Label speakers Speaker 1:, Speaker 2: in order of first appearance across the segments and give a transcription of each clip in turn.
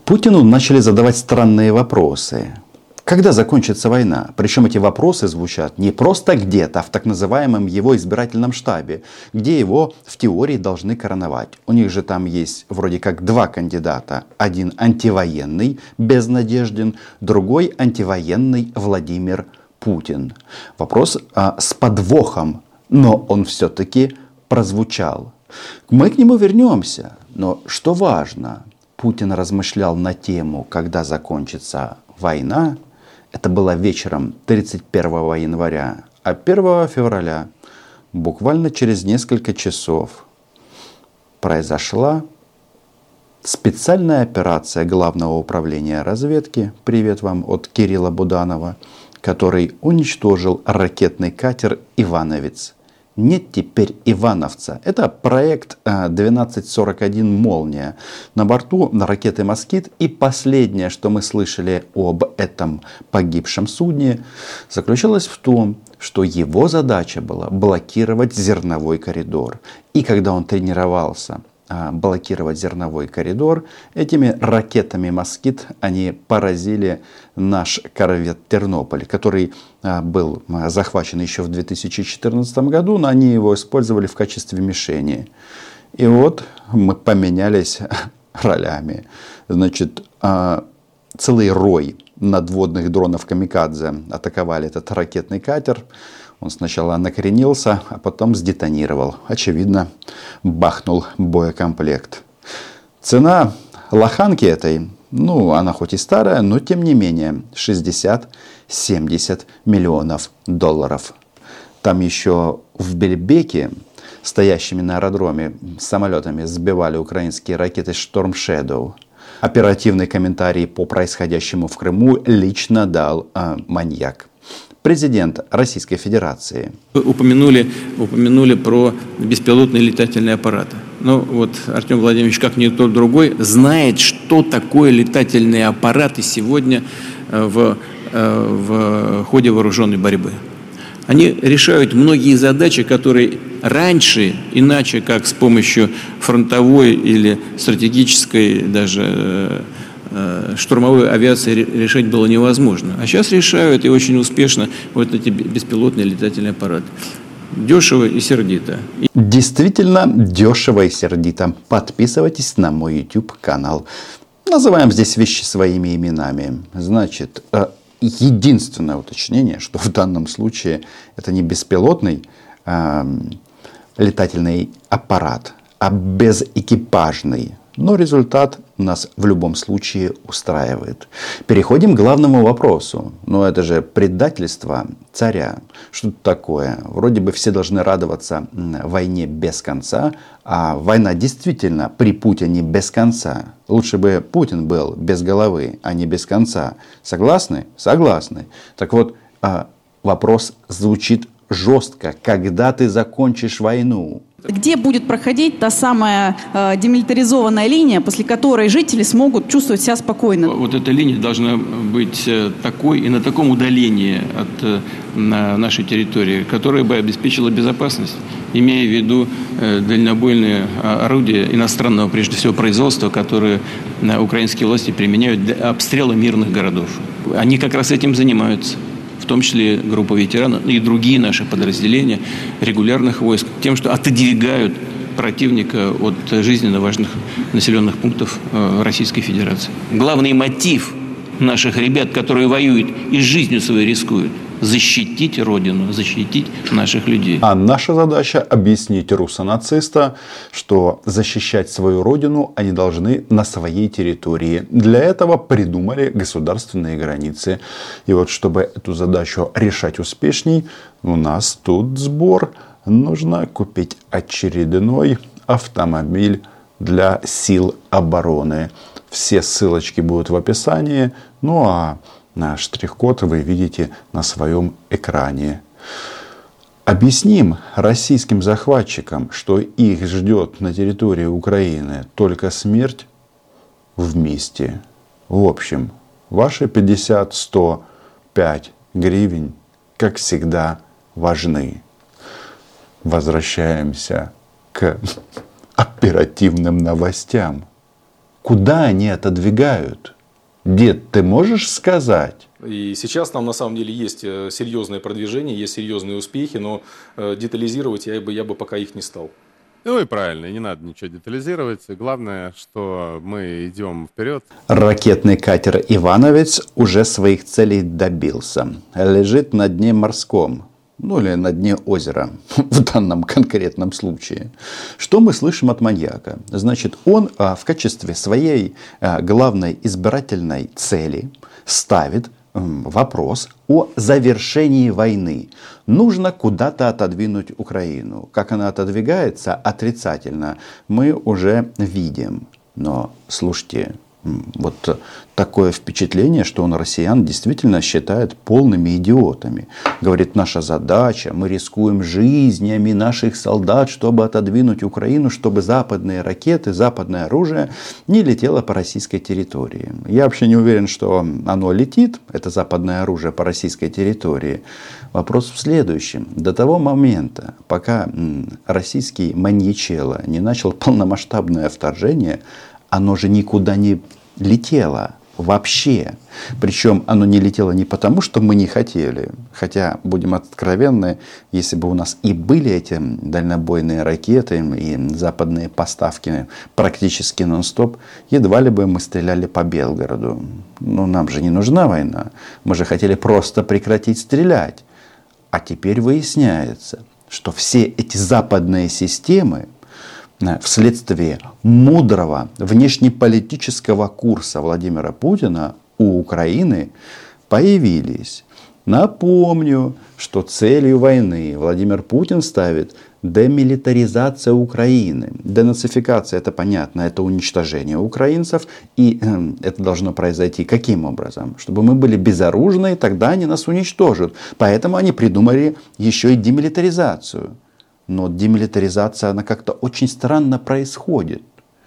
Speaker 1: Путину начали задавать странные вопросы. Когда закончится война? Причем эти вопросы звучат не просто где-то, а в так называемом его избирательном штабе, где его в теории должны короновать. У них же там есть вроде как два кандидата. Один антивоенный, Безнадеждин, другой антивоенный Владимир Путин. Вопрос с подвохом, но он все-таки прозвучал. Мы к нему вернемся, но что важно, Путин размышлял на тему, когда закончится война. Это было вечером 31 января, а 1 февраля, буквально через несколько часов, произошла специальная операция Главного управления разведки, привет вам от Кирилла Буданова, который уничтожил ракетный катер «Ивановец». Нет теперь Ивановца. Это проект 1241 «Молния». На борту ракеты «Москит». И последнее, что мы слышали об этом погибшем судне, заключалось в том, что его задача была блокировать зерновой коридор. И когда он тренировался блокировать зерновой коридор, этими ракетами «Москит» они поразили наш корвет «Тернополь», который был захвачен еще в 2014 году, но они его использовали в качестве мишени. И вот мы поменялись ролями. Значит, целый рой надводных дронов «Камикадзе» атаковали этот ракетный катер. Он сначала накренился, а потом сдетонировал. Очевидно, бахнул боекомплект. Цена лоханки этой, она хоть и старая, но тем не менее 60-70 миллионов долларов. Там еще в Бельбеке, стоящими на аэродроме самолетами, сбивали украинские ракеты Storm Shadow. Оперативный комментарий по происходящему в Крыму лично дал маньяк. Президент Российской Федерации.
Speaker 2: Вы упомянули про беспилотные летательные аппараты. Артем Владимирович, как никто другой, знает, что такое летательные аппараты сегодня в ходе вооруженной борьбы. Они решают многие задачи, которые раньше, иначе как с помощью фронтовой или стратегической даже штурмовой авиации решать было невозможно. А сейчас решают и очень успешно эти беспилотные летательные аппараты. Дешево и сердито.
Speaker 1: Действительно дешево и сердито. Подписывайтесь на мой YouTube канал. Называем здесь вещи своими именами. Значит, единственное уточнение, что в данном случае это не беспилотный летательный аппарат, а безэкипажный. Но результат нас в любом случае устраивает. Переходим к главному вопросу. Это же предательство царя. Что это такое? Вроде бы все должны радоваться войне без конца, а война действительно при Путине без конца. Лучше бы Путин был без головы, а не без конца. Согласны? Согласны. Так вот, вопрос звучит жестко. Когда ты закончишь войну?
Speaker 3: Где будет проходить та самая демилитаризованная линия, после которой жители смогут чувствовать себя спокойно?
Speaker 2: Эта линия должна быть такой и на таком удалении от нашей территории, которая бы обеспечила безопасность, имея в виду дальнобойные орудия иностранного, прежде всего, производства, которые украинские власти применяют для обстрела мирных городов. Они как раз этим занимаются. В том числе группа ветеранов и другие наши подразделения регулярных войск, тем, что отодвигают противника от жизненно важных населенных пунктов Российской Федерации. Главный мотив наших ребят, которые воюют и жизнью своей рискуют, защитить Родину, защитить наших людей.
Speaker 1: А наша задача объяснить руссо-нациста, что защищать свою Родину они должны на своей территории. Для этого придумали государственные границы. И чтобы эту задачу решать успешней, у нас тут сбор. Нужно купить очередной автомобиль для сил обороны. Все ссылочки будут в описании. А штрих-код вы видите на своем экране. Объясним российским захватчикам, что их ждет на территории Украины только смерть вместе. В общем, ваши 50, 100, 5 гривен, как всегда, важны. Возвращаемся к оперативным новостям. Куда они отодвигают? Дед, ты можешь сказать?
Speaker 4: И сейчас нам на самом деле есть серьезное продвижение, есть серьезные успехи, но детализировать я бы пока их не стал.
Speaker 5: Ну и правильно, не надо ничего детализировать. Главное, что мы идем вперед.
Speaker 1: Ракетный катер «Ивановец» уже своих целей добился. Лежит на дне морском. Ну или на дне озера в данном конкретном случае. Что мы слышим от маньяка? Значит, он в качестве своей главной избирательной цели ставит вопрос о завершении войны. Нужно куда-то отодвинуть Украину. Как она отодвигается отрицательно, мы уже видим. Но слушайте, вот такое впечатление, что он россиян действительно считает полными идиотами. Говорит, наша задача, мы рискуем жизнями наших солдат, чтобы отодвинуть Украину, чтобы западные ракеты, западное оружие не летело по российской территории. Я вообще не уверен, что оно летит, это западное оружие по российской территории. Вопрос в следующем. До того момента, пока российский маньячелло не начал полномасштабное вторжение, оно же никуда не летело вообще. Причем оно не летело не потому, что мы не хотели. Хотя, будем откровенны, если бы у нас и были эти дальнобойные ракеты и западные поставки практически нон-стоп, едва ли бы мы стреляли по Белгороду. Но нам же не нужна война. Мы же хотели просто прекратить стрелять. А теперь выясняется, что все эти западные системы вследствие мудрого внешнеполитического курса Владимира Путина у Украины появились. Напомню, что целью войны Владимир Путин ставит демилитаризация Украины. Денацификация, это понятно, это уничтожение украинцев. И это должно произойти каким образом? Чтобы мы были безоружны, и тогда они нас уничтожат. Поэтому они придумали еще и демилитаризацию. Но демилитаризация, она как-то очень странно происходит.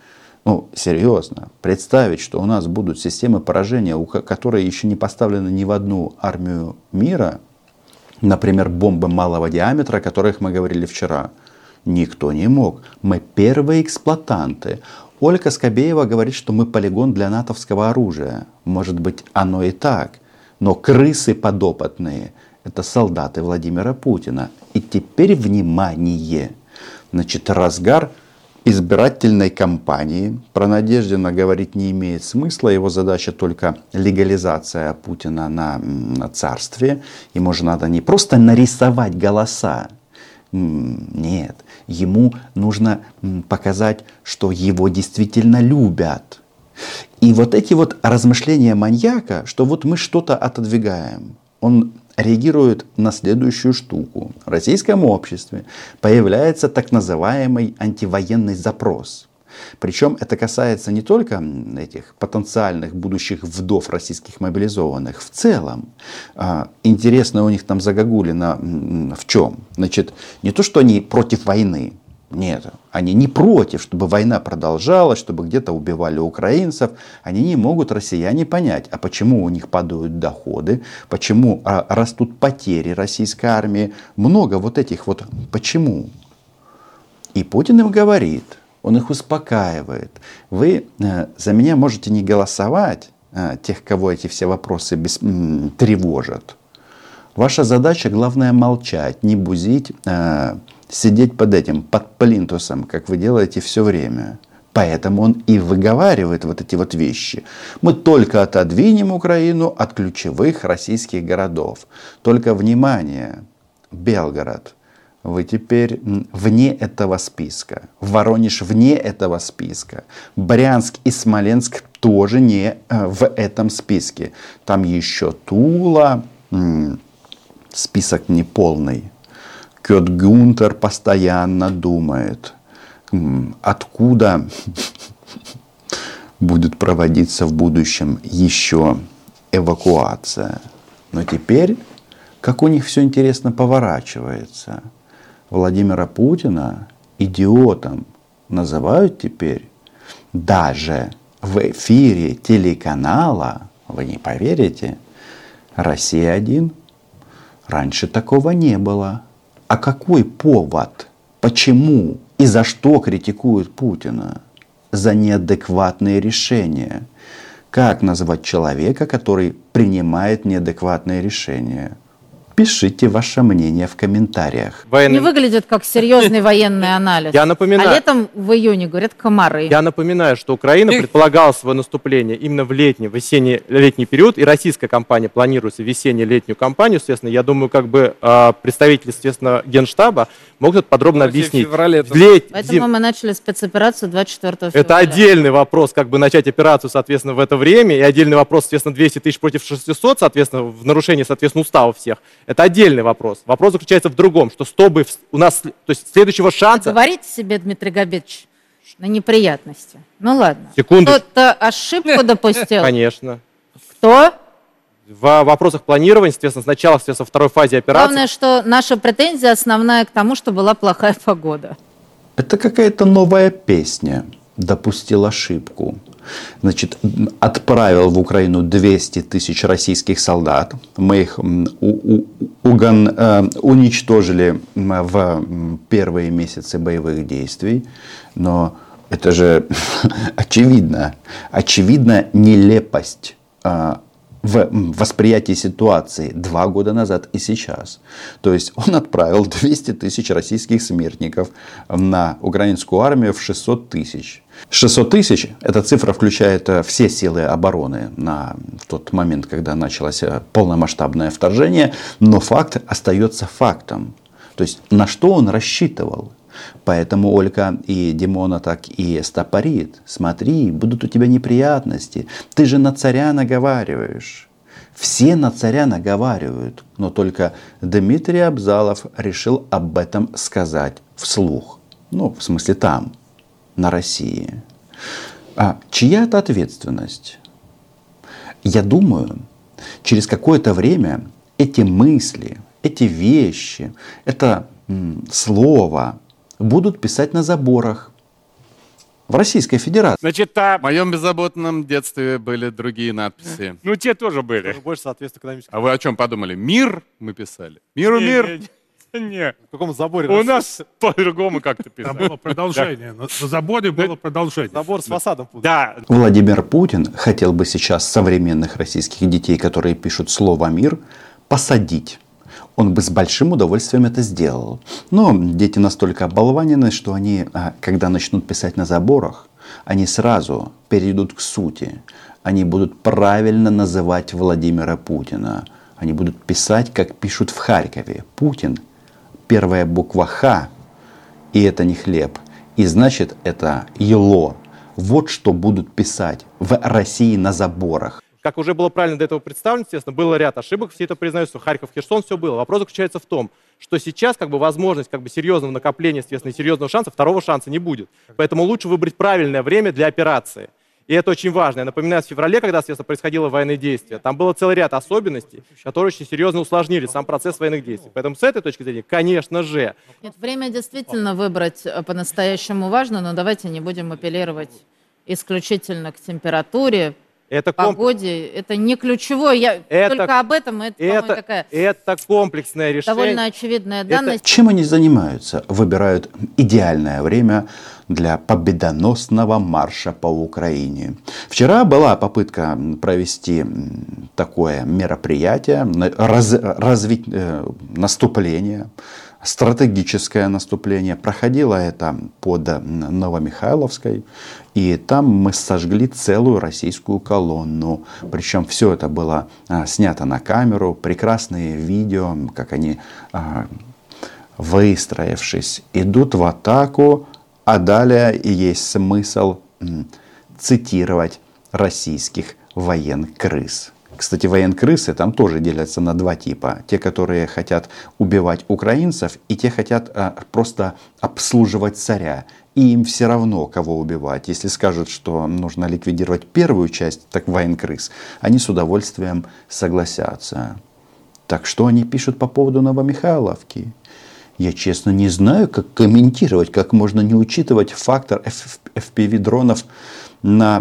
Speaker 1: Ну, серьезно, представить, что у нас будут системы поражения, которые еще не поставлены ни в одну армию мира, например, бомбы малого диаметра, о которых мы говорили вчера, никто не мог. Мы первые эксплуатанты. Ольга Скобеева говорит, что мы полигон для натовского оружия. Может быть, оно и так. Но крысы подопытные — это солдаты Владимира Путина. И теперь внимание. Значит, разгар избирательной кампании. Про Надеждина говорить не имеет смысла. Его задача только легализация Путина на царстве. Ему же надо не просто нарисовать голоса. Нет. Ему нужно показать, что его действительно любят. И вот эти вот размышления маньяка, что вот мы что-то отодвигаем, он реагирует на следующую штуку. В российском обществе появляется так называемый антивоенный запрос. Причем это касается не только этих потенциальных будущих вдов российских мобилизованных. В целом, интересно у них там загогулина в чем? Значит, не то, что они против войны. Нет, они не против, чтобы война продолжалась, чтобы где-то убивали украинцев. Они не могут, россияне, понять, а почему у них падают доходы, почему растут потери российской армии. Много вот этих вот почему. И Путин им говорит, он их успокаивает. Вы за меня можете не голосовать, тех, кого эти все вопросы тревожат. Ваша задача, главное, молчать, не бузить, сидеть под плинтусом, как вы делаете все время. Поэтому он и выговаривает вот эти вот вещи. Мы только отодвинем Украину от ключевых российских городов. Только внимание, Белгород, вы теперь вне этого списка. Воронеж вне этого списка. Брянск и Смоленск тоже не в этом списке. Там еще Тула, список неполный. Кёрт Гюнтер постоянно думает, откуда будет проводиться в будущем еще эвакуация. Но теперь, как у них все интересно поворачивается. Владимира Путина идиотом называют теперь даже в эфире телеканала, вы не поверите, «Россия-1». Раньше такого не было. А какой повод? Почему и за что критикуют Путина? за неадекватные решения. Как назвать человека, который принимает неадекватные решения? Пишите ваше мнение в комментариях.
Speaker 6: Не выглядит как серьезный военный анализ.
Speaker 7: Я напоминаю,
Speaker 6: А летом в июне, говорят, комары.
Speaker 7: Я напоминаю, что Украина предполагала свое наступление именно в летний период, и российская кампания планируется в весенне-летнюю кампанию, соответственно, я думаю, как бы представители, естественно, Генштаба могут подробно объяснить.
Speaker 6: Поэтому мы начали спецоперацию 24 февраля.
Speaker 7: Это отдельный вопрос, как бы начать операцию, соответственно, в это время, и отдельный вопрос, соответственно, 200 тысяч против 600, соответственно, в нарушении, соответственно, устава всех. Это отдельный вопрос. Вопрос заключается в другом, что чтобы у нас, то есть следующего шанса...
Speaker 6: Говорите себе, Дмитрий Габитович, на неприятности. Ну ладно.
Speaker 7: Секунду.
Speaker 6: Кто-то ошибку допустил?
Speaker 7: Конечно.
Speaker 6: Кто?
Speaker 7: В вопросах планирования, соответственно, сначала, соответственно, во второй фазе операции...
Speaker 6: Главное, что наша претензия основная к тому, что была плохая погода.
Speaker 1: Это какая-то новая песня. Допустил ошибку. Значит, отправил в Украину 200 тысяч российских солдат. Мы их уничтожили в первые месяцы боевых действий. Но это же очевидно нелепость в восприятии ситуации 2 года назад и сейчас. То есть он отправил 200 тысяч российских смертников на украинскую армию в 600 тысяч. 600 тысяч – эта цифра включает все силы обороны в тот момент, когда началось полномасштабное вторжение, но факт остается фактом. То есть на что он рассчитывал? Поэтому Ольга и Димона так и стопорит. Смотри, будут у тебя неприятности. Ты же на царя наговариваешь. Все на царя наговаривают. Но только Дмитрий Абзалов решил об этом сказать вслух. Ну, в смысле там, на России. А чья это ответственность? Я думаю, через какое-то время эти мысли, эти вещи, это слово будут писать на заборах в Российской Федерации.
Speaker 5: Значит, в моем беззаботном детстве были другие надписи.
Speaker 8: Ну, те тоже были.
Speaker 7: Больше соответствует экономическому.
Speaker 5: А вы о чем подумали? Мир мы писали? Миру мир.
Speaker 8: Не.
Speaker 7: В каком заборе?
Speaker 8: У нас по-другому как-то
Speaker 9: Там
Speaker 8: писали.
Speaker 9: было продолжение. На заборе было продолжение.
Speaker 7: Забор с фасадом.
Speaker 8: Да.
Speaker 1: Владимир Путин хотел бы сейчас современных российских детей, которые пишут слово «мир», посадить. Он бы с большим удовольствием это сделал. Но дети настолько оболванены, что они, когда начнут писать на заборах, они сразу перейдут к сути. Они будут правильно называть Владимира Путина. Они будут писать, как пишут в Харькове. Путин, первая буква «Х», и это не хлеб. И значит, это ело. Вот что будут писать в России на заборах.
Speaker 7: Как уже было правильно до этого представлено, естественно, было ряд ошибок, все это признают, что Харьков, Херсон, все было. Вопрос заключается в том, что сейчас как бы возможность как бы серьезного накопления, естественно, серьезного шанса, второго шанса не будет. Поэтому лучше выбрать правильное время для операции. И это очень важно. Я напоминаю, в феврале, когда, естественно, происходило военные действия, там был целый ряд особенностей, которые очень серьезно усложнили сам процесс военных действий. Поэтому с этой точки зрения, конечно же...
Speaker 6: Нет, время действительно выбрать по-настоящему важно, но давайте не будем апеллировать исключительно к температуре, погоде. Это не ключевое. Только об этом, по-моему, такая
Speaker 7: это комплексное решение.
Speaker 6: довольно очевидная данность.
Speaker 1: Чем они занимаются? Выбирают идеальное время для победоносного марша по Украине. Вчера была попытка провести такое мероприятие, развить наступление, стратегическое наступление. Проходило это под Новомихайловской. И там мы сожгли целую российскую колонну. Причем все это было снято на камеру. Прекрасные видео, как они, выстроившись, идут в атаку. А далее есть смысл цитировать российских военкрыс. Кстати, военкрысы там тоже делятся на 2 типа. Те, которые хотят убивать украинцев, и те хотят просто обслуживать царя. И им все равно, кого убивать. Если скажут, что нужно ликвидировать первую часть, так военкрыс, они с удовольствием согласятся. Так что они пишут по поводу Новомихайловки? Я, честно, не знаю, как комментировать, как можно не учитывать фактор FPV-дронов на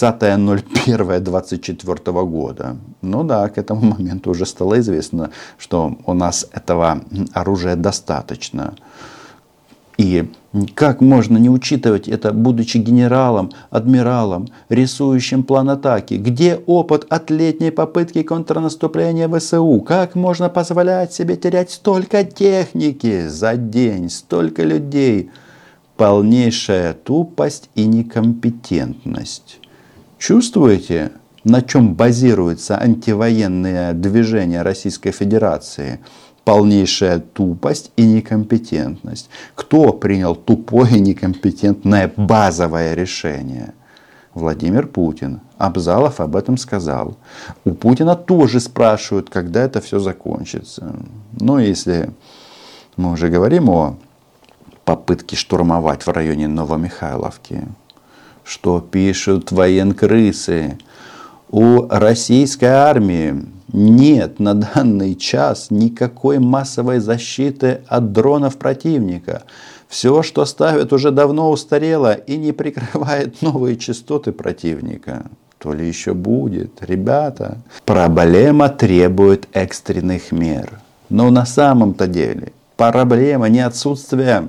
Speaker 1: 30.01.24 года. Ну да, к этому моменту уже стало известно, что у нас этого оружия достаточно. И как можно не учитывать это, будучи генералом, адмиралом, рисующим план атаки? Где опыт от летней попытки контрнаступления ВСУ? Как можно позволять себе терять столько техники за день, столько людей? Полнейшая тупость и некомпетентность. Чувствуете, на чем базируется антивоенное движение Российской Федерации? Полнейшая тупость и некомпетентность. Кто принял тупое и некомпетентное базовое решение? Владимир Путин. Абзалов об этом сказал. У Путина тоже спрашивают, когда это все закончится. Но если мы уже говорим о попытке штурмовать в районе Новомихайловки, что пишут военкрысы? У российской армии нет на данный час никакой массовой защиты от дронов противника. Все, что ставят, уже давно устарело и не прикрывает новые частоты противника. То ли еще будет. Ребята, проблема требует экстренных мер. Но на самом-то деле проблема не отсутствие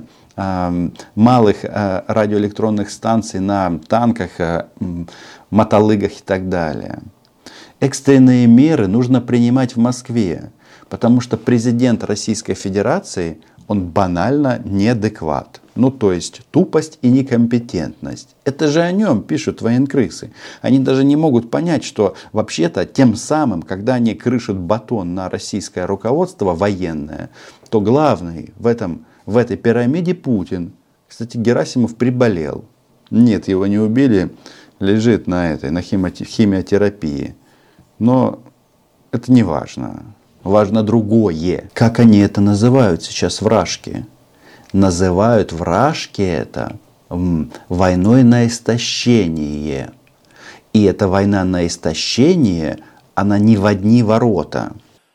Speaker 1: малых радиоэлектронных станций на танках, мотолыгах и так далее. Экстренные меры нужно принимать в Москве, потому что президент Российской Федерации, он банально неадекват. Ну, то есть тупость и некомпетентность. Это же о нем пишут военкрысы. Они даже не могут понять, что вообще-то тем самым, когда они крышат батон на российское руководство военное, то главный в этой пирамиде Путин. Кстати, Герасимов приболел. Нет, его не убили, лежит на химиотерапии. Но это не важно. Важно другое. Как они это называют сейчас в Рашке? Называют в Рашке это войной на истощение. И эта война на истощение, она не в одни ворота.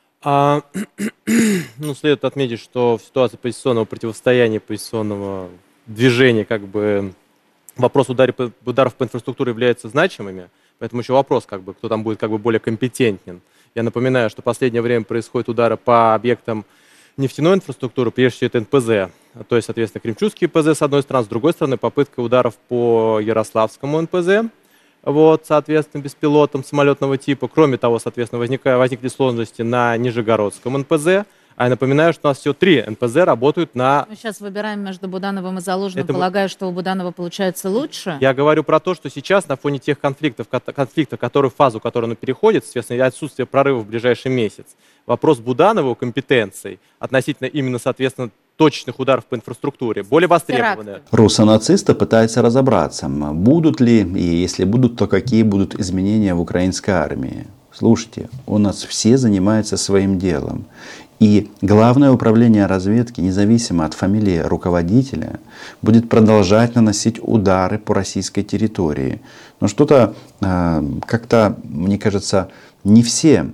Speaker 7: Следует отметить, что в ситуации позиционного противостояния, позиционного движения, вопрос ударов по инфраструктуре являются значимыми. Поэтому еще вопрос, кто там будет более компетентен. Я напоминаю, что в последнее время происходят удары по объектам нефтяной инфраструктуры, прежде всего это НПЗ. То есть, соответственно, Кремчугский НПЗ с одной стороны, с другой стороны, попытка ударов по Ярославскому НПЗ. Соответственно, беспилотам самолетного типа. Кроме того, соответственно, возникли сложности на Нижегородском НПЗ. А я напоминаю, что у нас всего 3 НПЗ работают на...
Speaker 6: Мы сейчас выбираем между Будановым и Залужным, полагаю, что у Буданова получается лучше.
Speaker 7: Я говорю про то, что сейчас на фоне тех конфликтов, в фазу, которую он переходит, соответственно, и отсутствие прорыва в ближайший месяц, вопрос Буданова о компетенции относительно именно, соответственно, точечных ударов по инфраструктуре более востребованы.
Speaker 1: Руссонацисты пытаются разобраться, будут ли, и если будут, то какие будут изменения в украинской армии. Слушайте, у нас все занимаются своим делом. И Главное управление разведки, независимо от фамилии руководителя, будет продолжать наносить удары по российской территории. Но что-то как-то, мне кажется, не все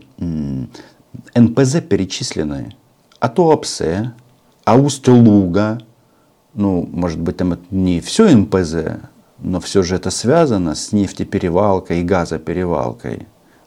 Speaker 1: НПЗ перечислены. А Туапсе, а Усть-Луга, может быть, там это не все НПЗ, но все же это связано с нефтеперевалкой и газоперевалкой.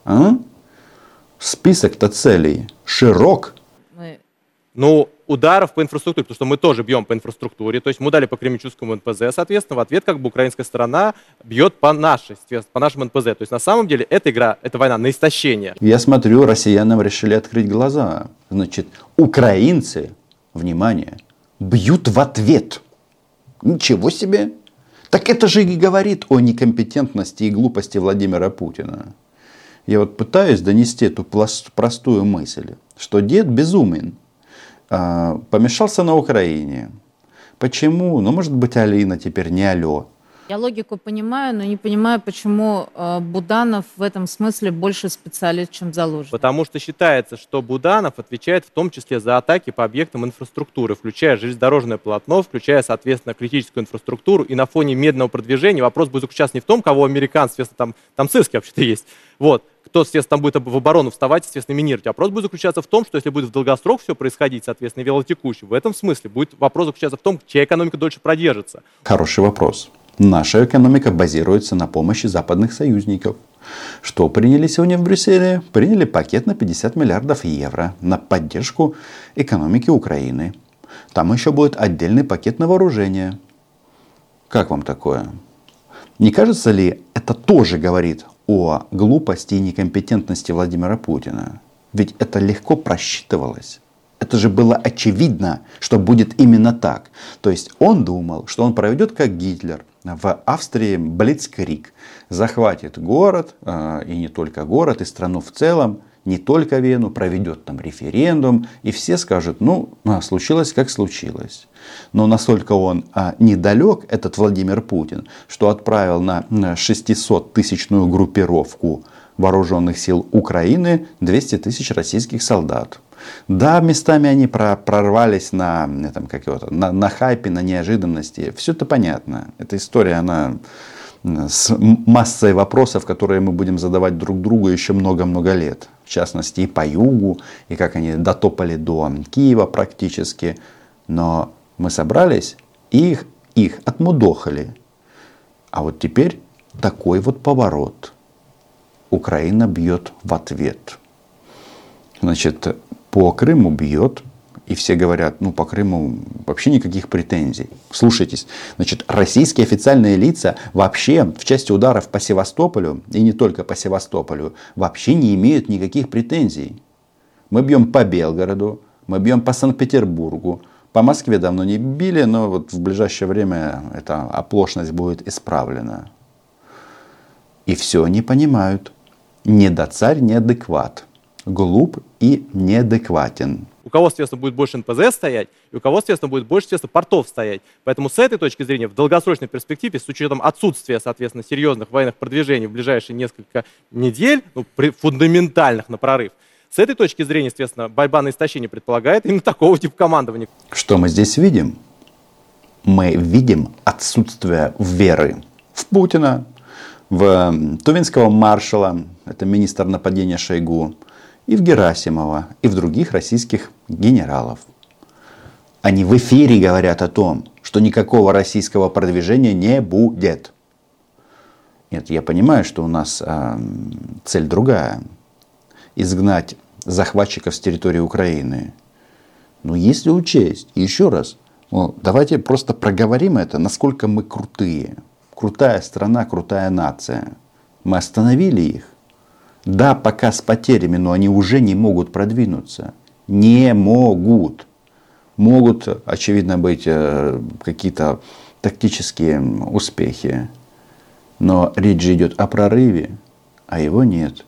Speaker 1: Список-то целей широк.
Speaker 7: Ударов по инфраструктуре, потому что мы тоже бьем по инфраструктуре, то есть мы дали по Кременчугскому НПЗ, соответственно, в ответ украинская сторона бьет по нашим НПЗ. То есть на самом деле эта война на истощение.
Speaker 1: Я смотрю, россиянам решили открыть глаза. Значит, украинцы, внимание, бьют в ответ. Ничего себе! Так это же и говорит о некомпетентности и глупости Владимира Путина. Я пытаюсь донести эту простую мысль, что дед безумен. Помешался на Украине. Почему? Может быть, Алина теперь не алло.
Speaker 6: Я логику понимаю, но не понимаю, почему Буданов в этом смысле больше специалист, чем Залужный.
Speaker 7: Потому что считается, что Буданов отвечает в том числе за атаки по объектам инфраструктуры, включая железнодорожное полотно, включая, соответственно, критическую инфраструктуру. И на фоне медленного продвижения вопрос будет заключаться не в том, кого американцы, там Сырский вообще-то есть, кто, естественно, там будет в оборону вставать, естественно, минировать. Вопрос будет заключаться в том, что если будет в долгосрок все происходить, соответственно, велотекущим, в этом смысле будет вопрос заключаться в том, чья экономика дольше продержится.
Speaker 1: Хороший вопрос. Наша экономика базируется на помощи западных союзников. Что приняли сегодня в Брюсселе? Приняли пакет на 50 миллиардов евро на поддержку экономики Украины. Там еще будет отдельный пакет на вооружение. Как вам такое? Не кажется ли, это тоже говорит о глупости и некомпетентности Владимира Путина? Ведь это легко просчитывалось. Это же было очевидно, что будет именно так. То есть он думал, что он проведет как Гитлер в Австрии блицкриг. Захватит город, и не только город, и страну в целом, не только Вену, проведет там референдум, и все скажут, случилось как случилось. Но настолько он недалек, этот Владимир Путин, что отправил на 600-тысячную группировку вооруженных сил Украины 200 тысяч российских солдат. Да, местами они прорвались на хайпе, на неожиданности. Все это понятно. Эта история, она с массой вопросов, которые мы будем задавать друг другу еще много-много лет. В частности, и по югу, и как они дотопали до Киева практически. Но мы собрались и их отмудохали. А вот теперь такой вот поворот. Украина бьет в ответ. Значит, по Крыму бьет. И все говорят, по Крыму вообще никаких претензий. Слушайтесь, значит, российские официальные лица вообще в части ударов по Севастополю, и не только по Севастополю, вообще не имеют никаких претензий. Мы бьем по Белгороду, мы бьем по Санкт-Петербургу. По Москве давно не били, но вот в ближайшее время эта оплошность будет исправлена. И все они понимают. Недоцарь неадекват. Глуп и неадекватен.
Speaker 7: У кого, соответственно, будет больше НПЗ стоять, и у кого, соответственно, будет больше, соответственно, портов стоять. Поэтому с этой точки зрения, в долгосрочной перспективе, с учетом отсутствия, соответственно, серьезных военных продвижений в ближайшие несколько недель, фундаментальных на прорыв, с этой точки зрения, соответственно, борьба на истощение предполагает именно такого типа командования.
Speaker 1: Что мы здесь видим? Мы видим отсутствие веры в Путина, в тувинского маршала, это министр нападения Шойгу, и в Герасимова, и в других российских генералов. Они в эфире говорят о том, что никакого российского продвижения не будет. Нет, я понимаю, что у нас цель другая. Изгнать захватчиков с территории Украины. Но если учесть, еще раз, давайте просто проговорим это, насколько мы крутые. Крутая страна, крутая нация. Мы остановили их. Да, пока с потерями, но они уже не могут продвинуться. Не могут. Могут, очевидно, быть какие-то тактические успехи. Но речь же идет о прорыве, а его нет.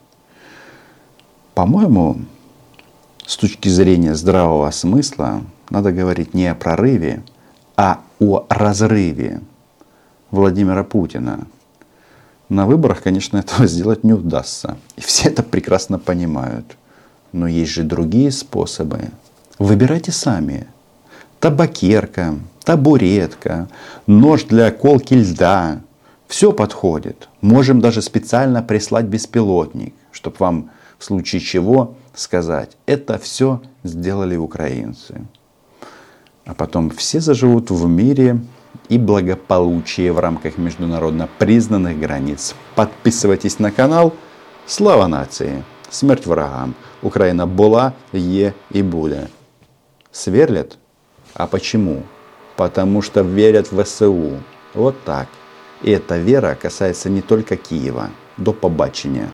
Speaker 1: По-моему, с точки зрения здравого смысла, надо говорить не о прорыве, а о разрыве Владимира Путина. На выборах, конечно, этого сделать не удастся. И все это прекрасно понимают. Но есть же другие способы. Выбирайте сами. Табакерка, табуретка, нож для колки льда. Все подходит. Можем даже специально прислать беспилотник, чтобы вам в случае чего сказать, это все сделали украинцы. А потом все заживут в мире и благополучие в рамках международно признанных границ. Подписывайтесь на канал. Слава нации! Смерть врагам! Украина була, є и буде. Сверлят? А почему? Потому что верят в ВСУ. Вот так. И эта вера касается не только Киева. До побачення.